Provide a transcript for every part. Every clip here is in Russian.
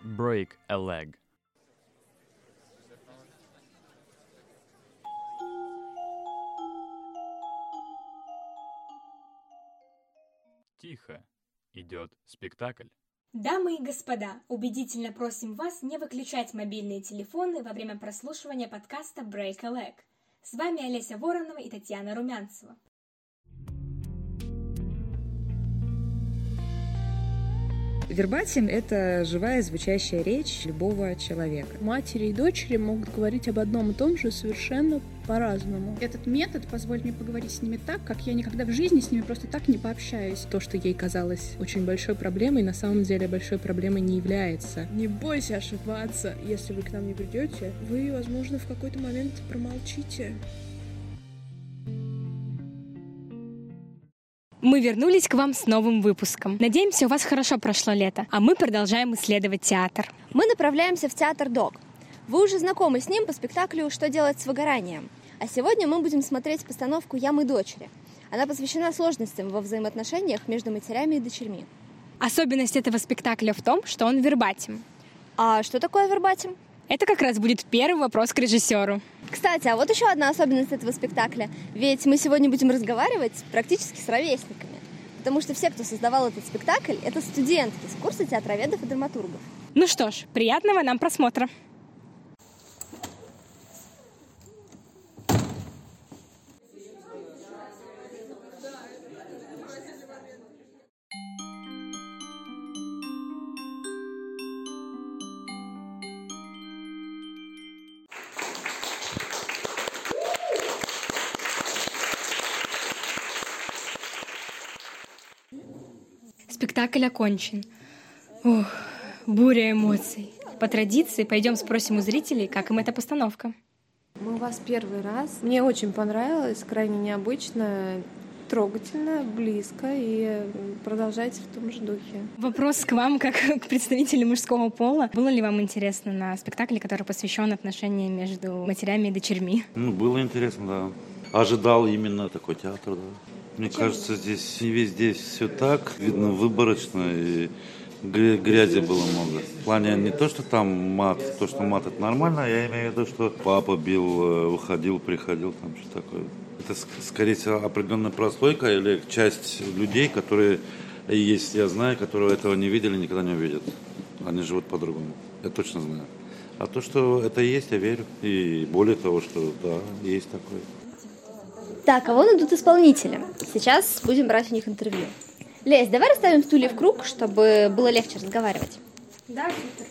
Break a leg. Тихо. Идет спектакль. Дамы и господа, убедительно просим вас не выключать мобильные телефоны во время прослушивания подкаста Break a Leg. С вами Олеся Воронова и Татьяна Румянцева. Вербатим — это живая звучащая речь любого человека. Матери и дочери могут говорить об одном и том же совершенно по-разному. Этот метод позволит мне поговорить с ними так, как я никогда в жизни с ними просто так не пообщаюсь. То, что ей казалось очень большой проблемой, на самом деле большой проблемой не является. Не бойся ошибаться. Если вы к нам не придете, вы, возможно, в какой-то момент промолчите. Мы вернулись к вам с новым выпуском. Надеемся, у вас хорошо прошло лето, а мы продолжаем исследовать театр. Мы направляемся в театр ДОК. Вы уже знакомы с ним по спектаклю «Что делать с выгоранием?». А сегодня мы будем смотреть постановку «Я, мы, дочери». Она посвящена сложностям во взаимоотношениях между матерями и дочерьми. Особенность этого спектакля в том, что он вербатим. А что такое вербатим? Это как раз будет первый вопрос к режиссеру. Кстати, а вот еще одна особенность этого спектакля. Ведь мы сегодня будем разговаривать практически с ровесниками. Потому что все, кто создавал этот спектакль, это студентки с курса театроведов и драматургов. Ну что ж, приятного нам просмотра. Спектакль окончен. Буря эмоций. По традиции пойдем спросим у зрителей, как им эта постановка. Мы у вас первый раз. Мне очень понравилось, крайне необычно, трогательно, близко, и продолжайте в том же духе. Вопрос к вам, как к представителю мужского пола. Было ли вам интересно на спектакле, который посвящен отношениям между матерями и дочерьми? Было интересно, да. Ожидал именно такой театр, да. Мне кажется, здесь не везде все так, видно, выборочно, и грязи было много. В плане не то, что там мат, то, что мат это нормально, а я имею в виду, что папа бил, выходил, приходил, там что такое. Это, скорее всего, определенная прослойка или часть людей, которые есть, я знаю, которые этого не видели, никогда не увидят. Они живут по-другому, я точно знаю. А то, что это есть, я верю. И более того, что да, есть такое. Так, а вон идут исполнители. Сейчас будем брать у них интервью. Лесь, давай расставим стулья в круг, чтобы было легче разговаривать. Да, супер.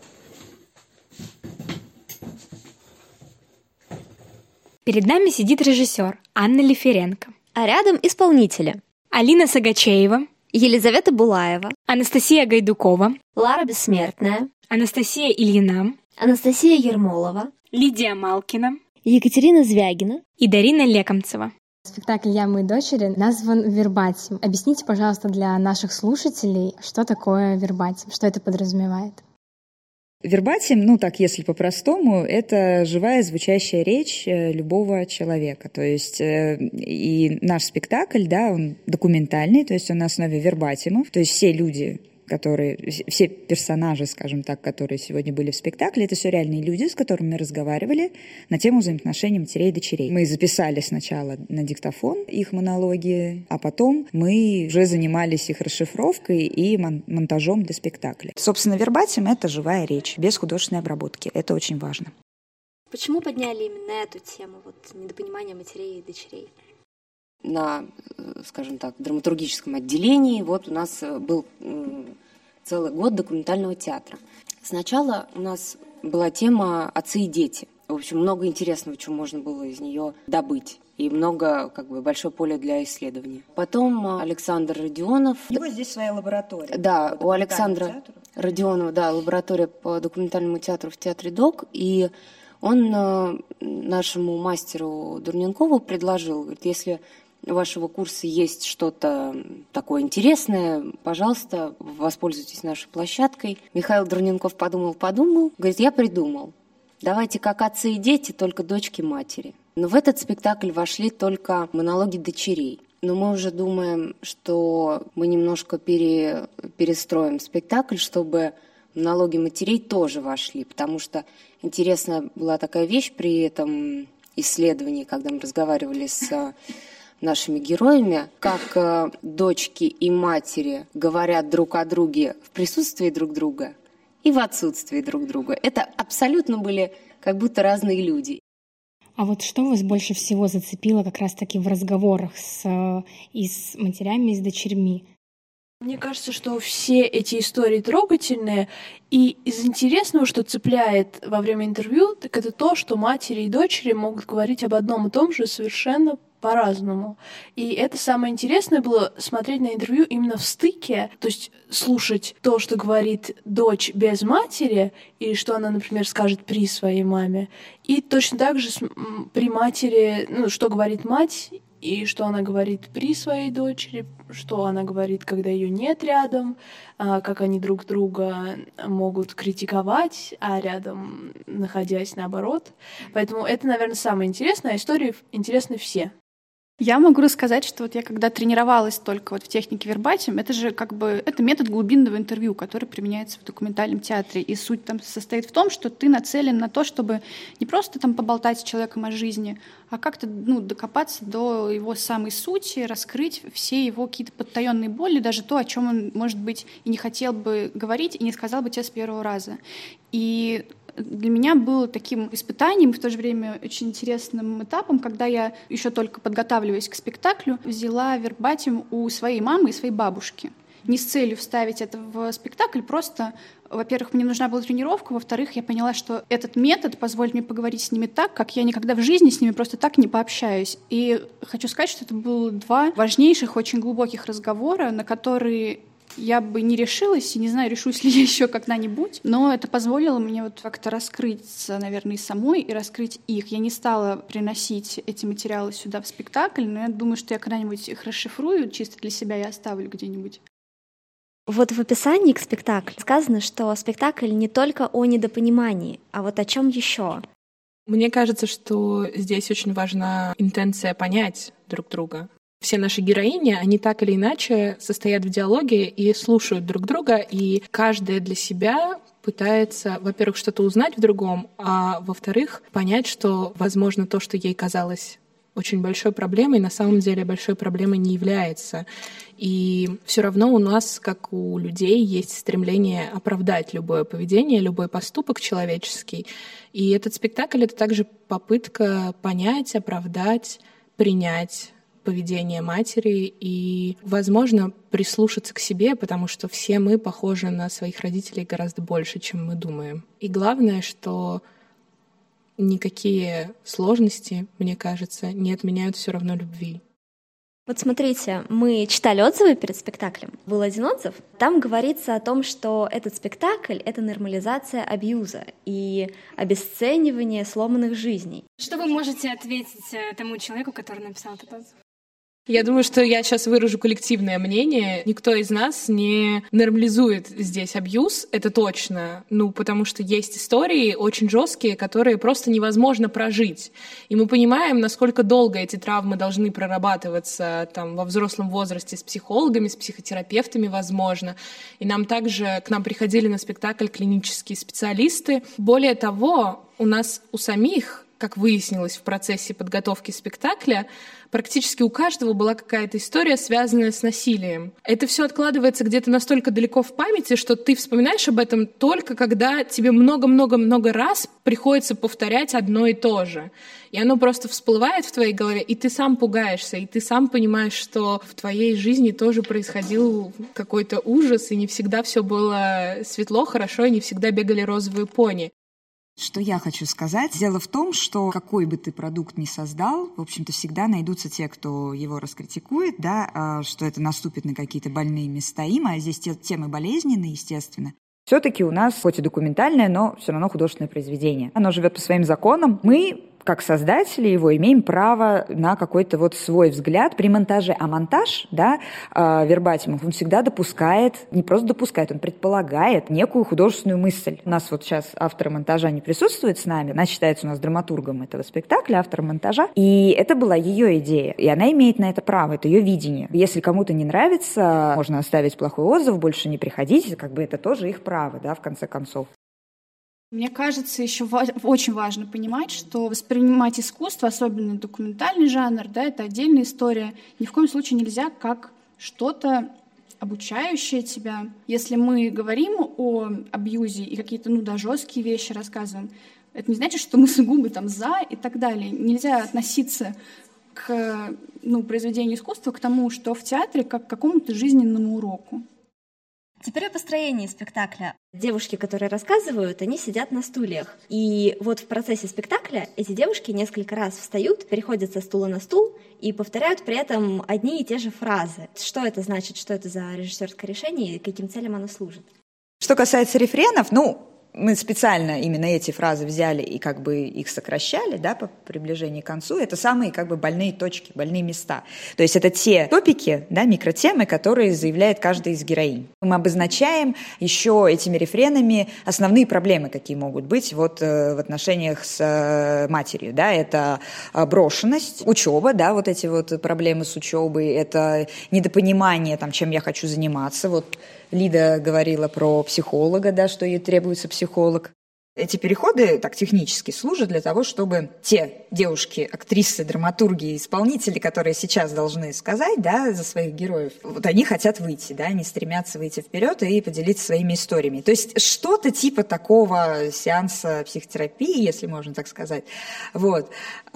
Перед нами сидит режиссер Анна Лиференко. А рядом исполнители. Алина Сагачеева, Елизавета Булаева, Анастасия Гайдукова, Лара Бессмертная, Анастасия Ильина, Анастасия Ермолова, Лидия Малкина, Екатерина Звягина и Дарина Лекомцева. Спектакль «Я, мы, дочери» назван вербатим. Объясните, пожалуйста, для наших слушателей, что такое вербатим, что это подразумевает. Вербатим, так если по-простому, это живая звучащая речь любого человека. То есть и наш спектакль, да, он документальный, то есть он на основе вербатимов. То есть все люди, все персонажи, скажем так, которые сегодня были в спектакле, это все реальные люди, с которыми мы разговаривали на тему взаимоотношений матерей и дочерей. Мы записали сначала на диктофон их монологи, а потом мы уже занимались их расшифровкой и монтажом для спектакля. Собственно, вербатим — это живая речь, без художественной обработки. Это очень важно. Почему подняли именно эту тему, недопонимания матерей и дочерей? На, скажем так, драматургическом отделении у нас был целый год документального театра. Сначала у нас была тема «Отцы и дети». В общем, много интересного, чего можно было из нее добыть. И много, большое поле для исследования. Потом Александр Родионов... У него здесь своя лаборатория. Да, у Александра Родионова, лаборатория по документальному театру в театре ДОК. И он нашему мастеру Дурненкову предложил, говорит, если у вашего курса есть что-то такое интересное, пожалуйста, воспользуйтесь нашей площадкой. Михаил Дурненков подумал, говорит, я придумал. Давайте как отцы и дети, только дочки матери. Но в этот спектакль вошли только монологи дочерей. Но мы уже думаем, что мы немножко перестроим спектакль, чтобы монологи матерей тоже вошли, потому что интересная была такая вещь при этом исследовании, когда мы разговаривали с нашими героями, как дочки и матери говорят друг о друге в присутствии друг друга и в отсутствии друг друга. Это абсолютно были как будто разные люди. А вот что вас больше всего зацепило как раз-таки в разговорах и с матерями, и с дочерьми? Мне кажется, что все эти истории трогательные, и из интересного, что цепляет во время интервью, так это то, что матери и дочери могут говорить об одном и том же совершенно по-разному. И это самое интересное было смотреть на интервью именно в стыке, то есть слушать то, что говорит дочь без матери, и что она, например, скажет при своей маме, и точно так же при матери, что говорит мать, и что она говорит при своей дочери, что она говорит, когда ее нет рядом, как они друг друга могут критиковать, а рядом находясь наоборот. Поэтому это, наверное, самое интересное, а истории интересны все. Я могу рассказать, что вот я когда тренировалась только вот в технике вербатим, это же это метод глубинного интервью, который применяется в документальном театре. И суть там состоит в том, что ты нацелен на то, чтобы не просто там поболтать с человеком о жизни, а как-то докопаться до его самой сути, раскрыть все его какие-то подтаенные боли, даже то, о чем он, может быть, и не хотел бы говорить, и не сказал бы тебе с первого раза. И для меня было таким испытанием и в то же время очень интересным этапом, когда я, еще только подготавливаясь к спектаклю, взяла вербатим у своей мамы и своей бабушки. Не с целью вставить это в спектакль, просто, во-первых, мне нужна была тренировка, во-вторых, я поняла, что этот метод позволит мне поговорить с ними так, как я никогда в жизни с ними просто так не пообщаюсь. И хочу сказать, что это было 2 важнейших, очень глубоких разговора, на которые я бы не решилась, и не знаю, решусь ли я еще когда-нибудь, но это позволило мне вот как-то раскрыться, наверное, и самой, и раскрыть их. Я не стала приносить эти материалы сюда в спектакль, но я думаю, что я когда-нибудь их расшифрую чисто для себя и оставлю где-нибудь. Вот в описании к спектаклю сказано, что спектакль не только о недопонимании, а вот о чем еще. Мне кажется, что здесь очень важна интенция понять друг друга. Все наши героини, они так или иначе состоят в диалоге и слушают друг друга, и каждая для себя пытается, во-первых, что-то узнать в другом, а во-вторых, понять, что, возможно, то, что ей казалось очень большой проблемой, на самом деле большой проблемой не является. И все равно у нас, как у людей, есть стремление оправдать любое поведение, любой поступок человеческий. И этот спектакль — это также попытка понять, оправдать, принять поведение матери и, возможно, прислушаться к себе, потому что все мы похожи на своих родителей гораздо больше, чем мы думаем. И главное, что никакие сложности, мне кажется, не отменяют все равно любви. Вот смотрите, мы читали отзывы перед спектаклем. Был один отзыв. Там говорится о том, что этот спектакль — это нормализация абьюза и обесценивание сломанных жизней. Что вы можете ответить тому человеку, который написал этот отзыв? Я думаю, что я сейчас выражу коллективное мнение. Никто из нас не нормализует здесь абьюз, это точно. Потому что есть истории очень жесткие, которые просто невозможно прожить. И мы понимаем, насколько долго эти травмы должны прорабатываться во взрослом возрасте с психологами, с психотерапевтами, возможно. И к нам приходили на спектакль клинические специалисты. Более того, у самих, как выяснилось в процессе подготовки спектакля, практически у каждого была какая-то история, связанная с насилием. Это все откладывается где-то настолько далеко в памяти, что ты вспоминаешь об этом только когда тебе много-много-много раз приходится повторять одно и то же. И оно просто всплывает в твоей голове, и ты сам пугаешься, и ты сам понимаешь, что в твоей жизни тоже происходил какой-то ужас, и не всегда все было светло, хорошо, и не всегда бегали розовые пони. Что я хочу сказать? Дело в том, что какой бы ты продукт ни создал, в общем-то, всегда найдутся те, кто его раскритикует, что это наступит на какие-то больные места им, а здесь темы болезненные, естественно. Все-таки у нас, хоть и документальное, но все равно художественное произведение. Оно живет по своим законам. Мы как создатели его, имеем право на какой-то вот свой взгляд при монтаже. А монтаж, да, Вербатимов, он всегда допускает, не просто допускает, он предполагает некую художественную мысль. У нас вот сейчас автор монтажа не присутствует с нами, она считается у нас драматургом этого спектакля, автором монтажа, и это была ее идея, и она имеет на это право, это ее видение. Если кому-то не нравится, можно оставить плохой отзыв, больше не приходить, как бы это тоже их право, да, в конце концов. Мне кажется, еще очень важно понимать, что воспринимать искусство, особенно документальный жанр, да, это отдельная история. Ни в коем случае нельзя как что-то обучающее тебя. Если мы говорим о абьюзе и какие-то, жесткие вещи рассказываем, это не значит, что мы сугубо там за и так далее. Нельзя относиться к произведению искусства, к тому, что в театре, как к какому-то жизненному уроку. Теперь о построении спектакля. Девушки, которые рассказывают, они сидят на стульях. И вот в процессе спектакля эти девушки несколько раз встают, переходят со стула на стул и повторяют при этом одни и те же фразы. Что это значит, что это за режиссерское решение и каким целям оно служит? Что касается рефренов, мы специально именно эти фразы взяли и как бы их сокращали, да, по приближении к концу. Это самые как бы больные точки, больные места. То есть это те топики, да, микротемы, которые заявляет каждая из героинь. Мы обозначаем еще этими рефренами основные проблемы, какие могут быть вот в отношениях с матерью. Да. Это брошенность, учеба, да, вот эти вот проблемы с учебой, это недопонимание, там, чем я хочу заниматься. Вот Лида говорила про психолога, да, что ей требуется психолог. Эти переходы так технически служат для того, чтобы те девушки, актрисы, драматурги, исполнители, которые сейчас должны сказать, да, за своих героев, вот они хотят выйти, да, они стремятся выйти вперед и поделиться своими историями. То есть что-то типа такого сеанса психотерапии, если можно так сказать. Вот.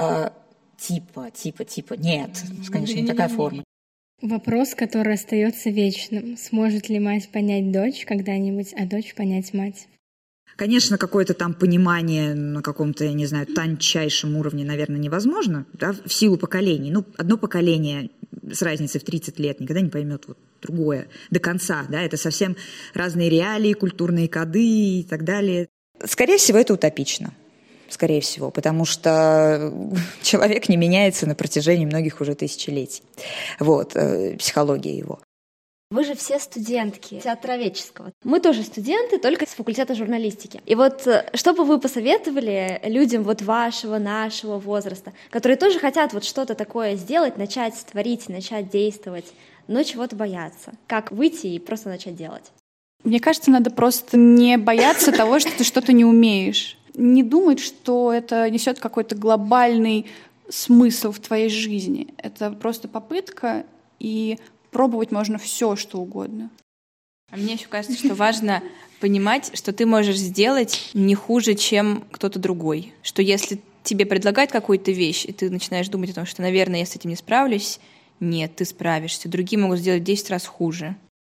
Нет, конечно, не такая форма. Вопрос, который остается вечным. Сможет ли мать понять дочь когда-нибудь, а дочь понять мать? Конечно, какое-то там понимание на каком-то, я не знаю, тончайшем уровне, наверное, невозможно, да, в силу поколений. Одно поколение с разницей в 30 лет никогда не поймет вот другое до конца, да, это совсем разные реалии, культурные коды и так далее. Скорее всего, это утопично. Скорее всего, потому что человек не меняется на протяжении многих уже тысячелетий. Вот, психология его. Вы же все студентки театроведческого. Мы тоже студенты, только с факультета журналистики. И вот что бы вы посоветовали людям вот вашего, нашего возраста, которые тоже хотят вот что-то такое сделать, начать творить, начать действовать, но чего-то боятся? Как выйти и просто начать делать? Мне кажется, надо просто не бояться того, что ты что-то не умеешь. Не думать, что это несет какой-то глобальный смысл в твоей жизни. Это просто попытка, и пробовать можно все, что угодно. А мне еще кажется, что важно понимать, что ты можешь сделать не хуже, чем кто-то другой. Что если тебе предлагают какую-то вещь, и ты начинаешь думать о том, что, наверное, я с этим не справлюсь, нет, ты справишься. Другие могут сделать в 10 раз хуже.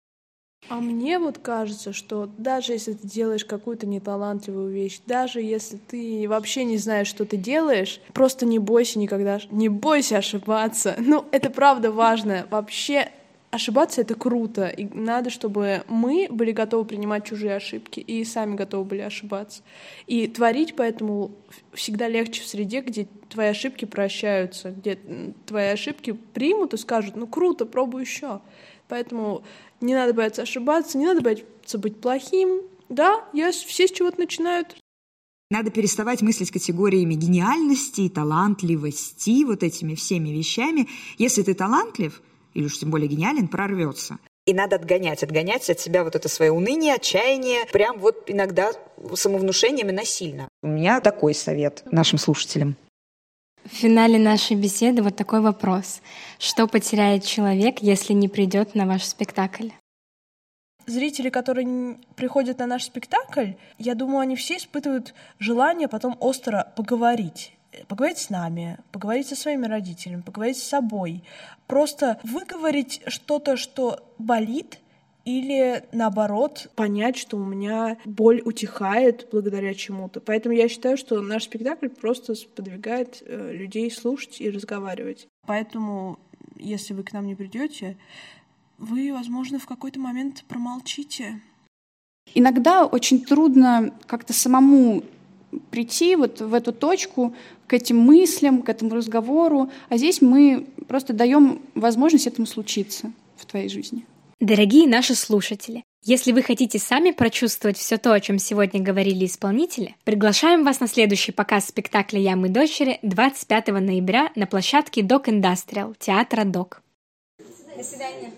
А мне вот кажется, что даже если ты делаешь какую-то неталантливую вещь, даже если ты вообще не знаешь, что ты делаешь, просто не бойся никогда, не бойся ошибаться. Это правда важно. Вообще ошибаться — это круто. И надо, чтобы мы были готовы принимать чужие ошибки и сами готовы были ошибаться. И творить поэтому всегда легче в среде, где твои ошибки прощаются, где твои ошибки примут и скажут: круто, пробуй еще. Поэтому не надо бояться ошибаться, не надо бояться быть плохим. Да, все с чего-то начинают. Надо переставать мыслить категориями гениальности, талантливости, вот этими всеми вещами. Если ты талантлив, или уж тем более гениален, прорвется. И надо отгонять от себя вот это свое уныние, отчаяние, прям вот иногда самовнушением и насильно. У меня такой совет нашим слушателям. В финале нашей беседы вот такой вопрос. Что потеряет человек, если не придет на ваш спектакль? Зрители, которые приходят на наш спектакль, я думаю, они все испытывают желание потом остро поговорить. Поговорить с нами, поговорить со своими родителями, поговорить с собой. Просто выговорить что-то, что болит, или, наоборот, понять, что у меня боль утихает благодаря чему-то. Поэтому я считаю, что наш спектакль просто сподвигает людей слушать и разговаривать. Поэтому, если вы к нам не придете, вы, возможно, в какой-то момент промолчите. Иногда очень трудно как-то самому прийти вот в эту точку, к этим мыслям, к этому разговору. А здесь мы просто даем возможность этому случиться в твоей жизни. Дорогие наши слушатели, если вы хотите сами прочувствовать все то, о чем сегодня говорили исполнители, приглашаем вас на следующий показ спектакля «Я, мы, дочери» 25 ноября на площадке Док Индастриал театра Док. До свидания.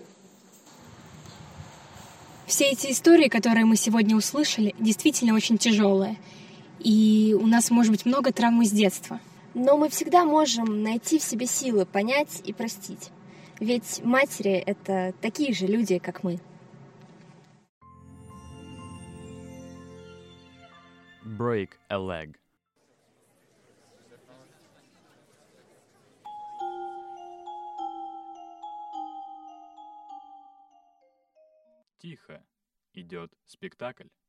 Все эти истории, которые мы сегодня услышали, действительно очень тяжелые. И у нас может быть много травм с детства. Но мы всегда можем найти в себе силы понять и простить. Ведь матери — это такие же люди, как мы. Break a leg. Тихо. Идет спектакль.